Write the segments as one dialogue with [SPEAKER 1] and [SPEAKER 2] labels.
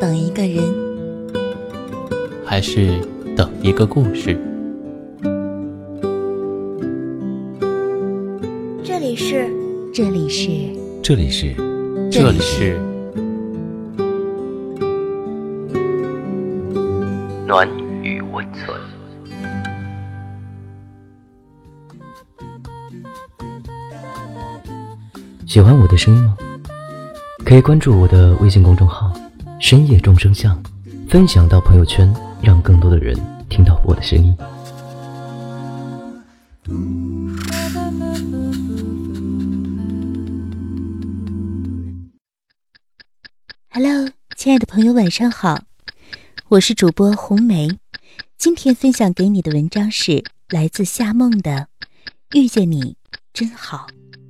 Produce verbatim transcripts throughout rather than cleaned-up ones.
[SPEAKER 1] 等一个人，
[SPEAKER 2] 还是等一个故事？
[SPEAKER 1] 这里是，这里是，
[SPEAKER 3] 这里是，
[SPEAKER 2] 这里是暖与温存。
[SPEAKER 3] 喜欢我的声音吗？可以关注我的微信公众号深夜众生相，分享到朋友圈，让更多的人听到我的声音。
[SPEAKER 1] Hello， 亲爱的朋友，晚上好，我是主播红梅。今天分享给你的文章是来自夏梦的《遇见你真好》。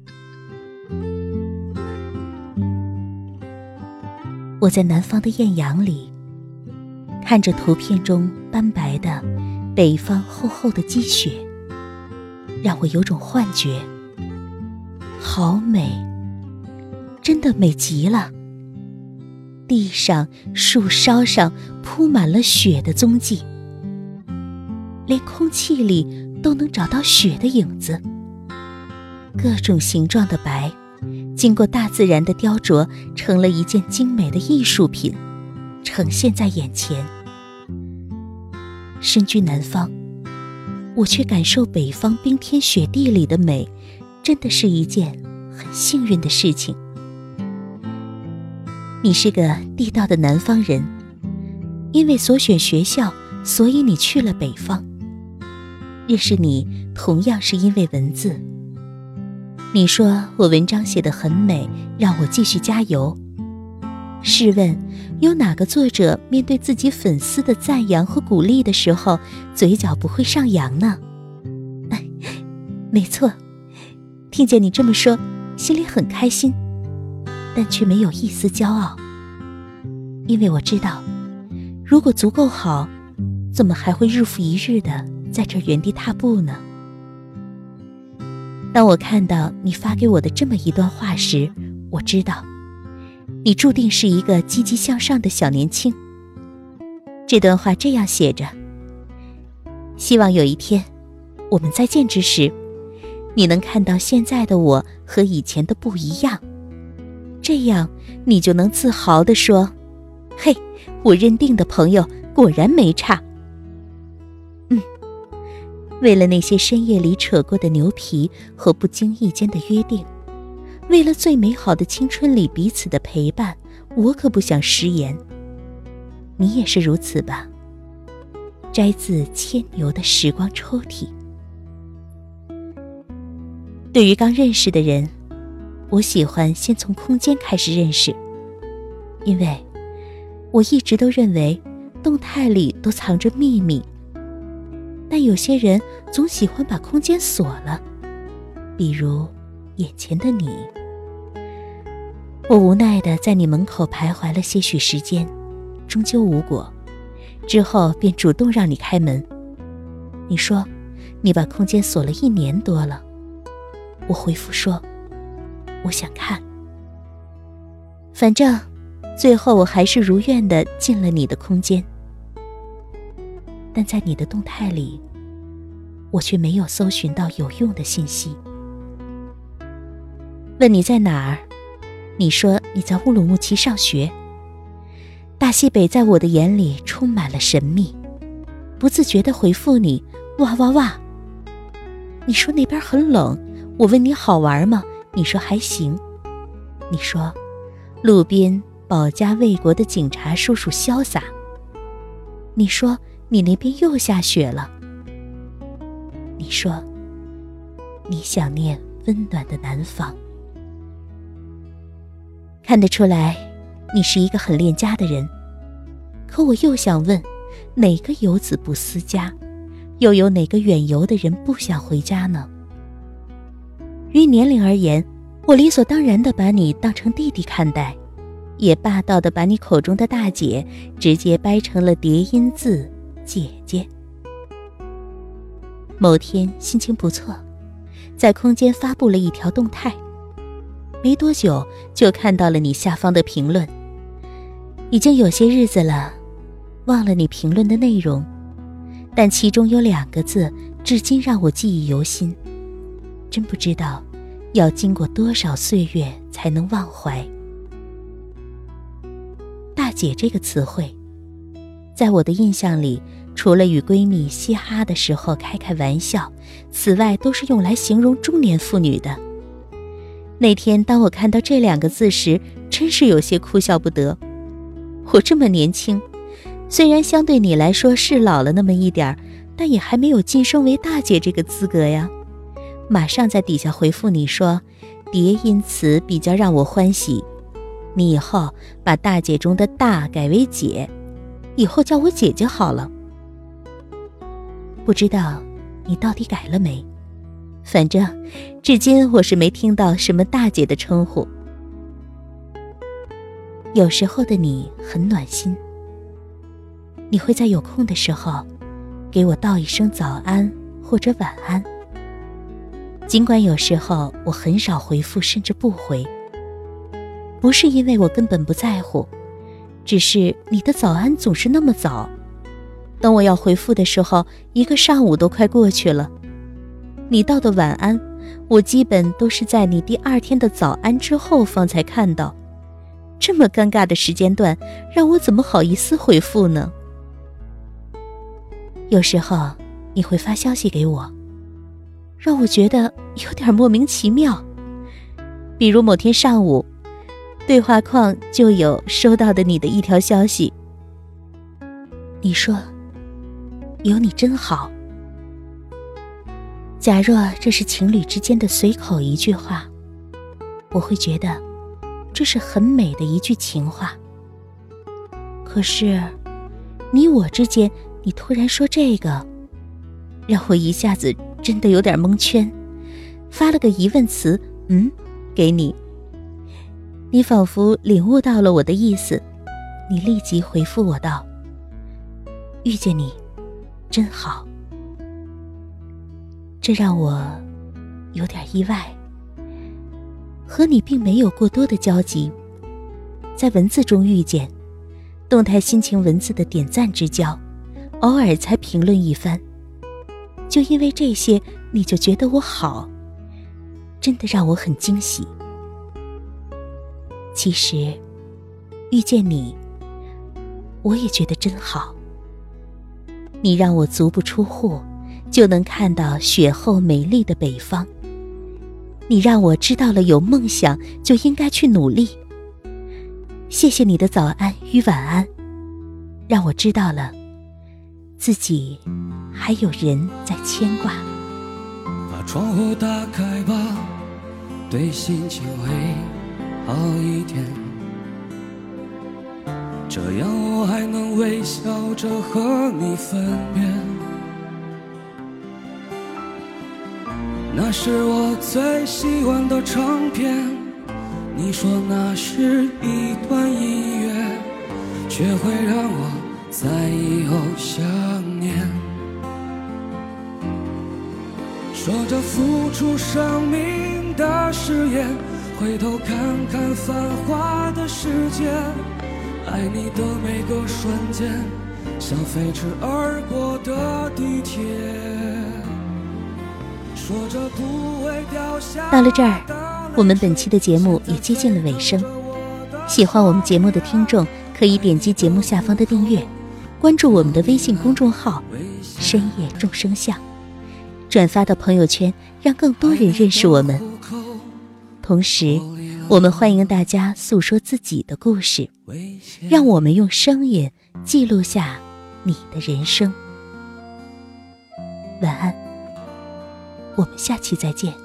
[SPEAKER 1] 我在南方的艳阳里，看着图片中斑白的北方厚厚的积雪，让我有种幻觉，好美，真的美极了。地上、树梢上铺满了雪的踪迹，连空气里都能找到雪的影子。各种形状的白，经过大自然的雕琢，成了一件精美的艺术品，呈现在眼前。身居南方，我却感受北方冰天雪地里的美，真的是一件很幸运的事情。你是个地道的南方人，因为所选学校，所以你去了北方。认识你同样是因为文字。你说我文章写得很美，让我继续加油。试问，有哪个作者面对自己粉丝的赞扬和鼓励的时候，嘴角不会上扬呢？没错，听见你这么说，心里很开心，但却没有一丝骄傲。因为我知道，如果足够好，怎么还会日复一日的在这原地踏步呢？当我看到你发给我的这么一段话时，我知道你注定是一个积极向上的小年轻。这段话这样写着：希望有一天我们再见之时，你能看到现在的我和以前的不一样，这样你就能自豪地说，嘿，我认定的朋友果然没差。嗯，为了那些深夜里扯过的牛皮和不经意间的约定，为了最美好的青春里彼此的陪伴，我可不想食言。你也是如此吧？摘自牵牛的时光抽屉。对于刚认识的人，我喜欢先从空间开始认识，因为我一直都认为动态里都藏着秘密，但有些人总喜欢把空间锁了，比如眼前的你。我无奈地在你门口徘徊了些许时间，终究无果，之后便主动让你开门。你说你把空间锁了一年多了，我回复说我想看。反正最后我还是如愿地进了你的空间，但在你的动态里，我却没有搜寻到有用的信息。问你在哪儿，你说你在乌鲁木齐上学。大西北在我的眼里充满了神秘，不自觉地回复你哇哇哇。你说那边很冷，我问你好玩吗？你说还行。你说路边保家卫国的警察叔叔潇洒。你说你那边又下雪了。你说你想念温暖的南方。看得出来你是一个很恋家的人，可我又想问，哪个游子不思家，又有哪个远游的人不想回家呢？于年龄而言，我理所当然地把你当成弟弟看待，也霸道地把你口中的大姐直接掰成了叠音字姐姐。某天心情不错，在空间发布了一条动态，没多久就看到了你下方的评论， 已经有些日子了，忘了你评论的内容，但其中有两个字至今让我记忆犹新，真不知道要经过多少岁月才能忘怀。大姐这个词汇，在我的印象里，除了与闺蜜嘻哈的时候开开玩笑，此外都是用来形容中年妇女的。那天当我看到这两个字时，真是有些哭笑不得。我这么年轻，虽然相对你来说是老了那么一点儿，但也还没有晋升为大姐这个资格呀。马上在底下回复你说，叠音词比较让我欢喜，你以后把大姐中的大改为姐，以后叫我姐姐好了。不知道你到底改了没？反正至今我是没听到什么大姐的称呼。有时候的你很暖心，你会在有空的时候给我道一声早安或者晚安。尽管有时候我很少回复，甚至不回，不是因为我根本不在乎，只是你的早安总是那么早，等我要回复的时候，一个上午都快过去了。你到的晚安，我基本都是在你第二天的早安之后方才看到。这么尴尬的时间段，让我怎么好意思回复呢？有时候你会发消息给我，让我觉得有点莫名其妙。比如某天上午，对话框就有收到的你的一条消息，你说有你真好。假若这是情侣之间的随口一句话，我会觉得这是很美的一句情话。可是你我之间，你突然说这个，让我一下子真的有点蒙圈，发了个疑问词嗯给你。你仿佛领悟到了我的意思，你立即回复我道，遇见你真好。这让我有点意外，和你并没有过多的交集，在文字中遇见，动态心情文字的点赞之交，偶尔才评论一番，就因为这些你就觉得我好，真的让我很惊喜。其实遇见你，我也觉得真好。你让我足不出户就能看到雪后美丽的北方，你让我知道了有梦想就应该去努力。谢谢你的早安与晚安，让我知道了自己还有人在牵挂。
[SPEAKER 4] 把窗户打开吧，对心情会好一点，这样我还能微笑着和你分别。那是我最喜欢的唱片，你说那是一段音乐，却会让我在以后想念。说着付出生命的誓言，回头看看繁华的世界，爱你的每个瞬间，像飞驰而过的地铁。说着不会掉下。
[SPEAKER 1] 到了这儿，我们本期的节目也接近了尾声。喜欢我们节目的听众可以点击节目下方的订阅，关注我们的微信公众号深夜众生相，转发到朋友圈，让更多人认识我们。同时我们欢迎大家诉说自己的故事，让我们用声音记录下你的人生。晚安，我们下期再见。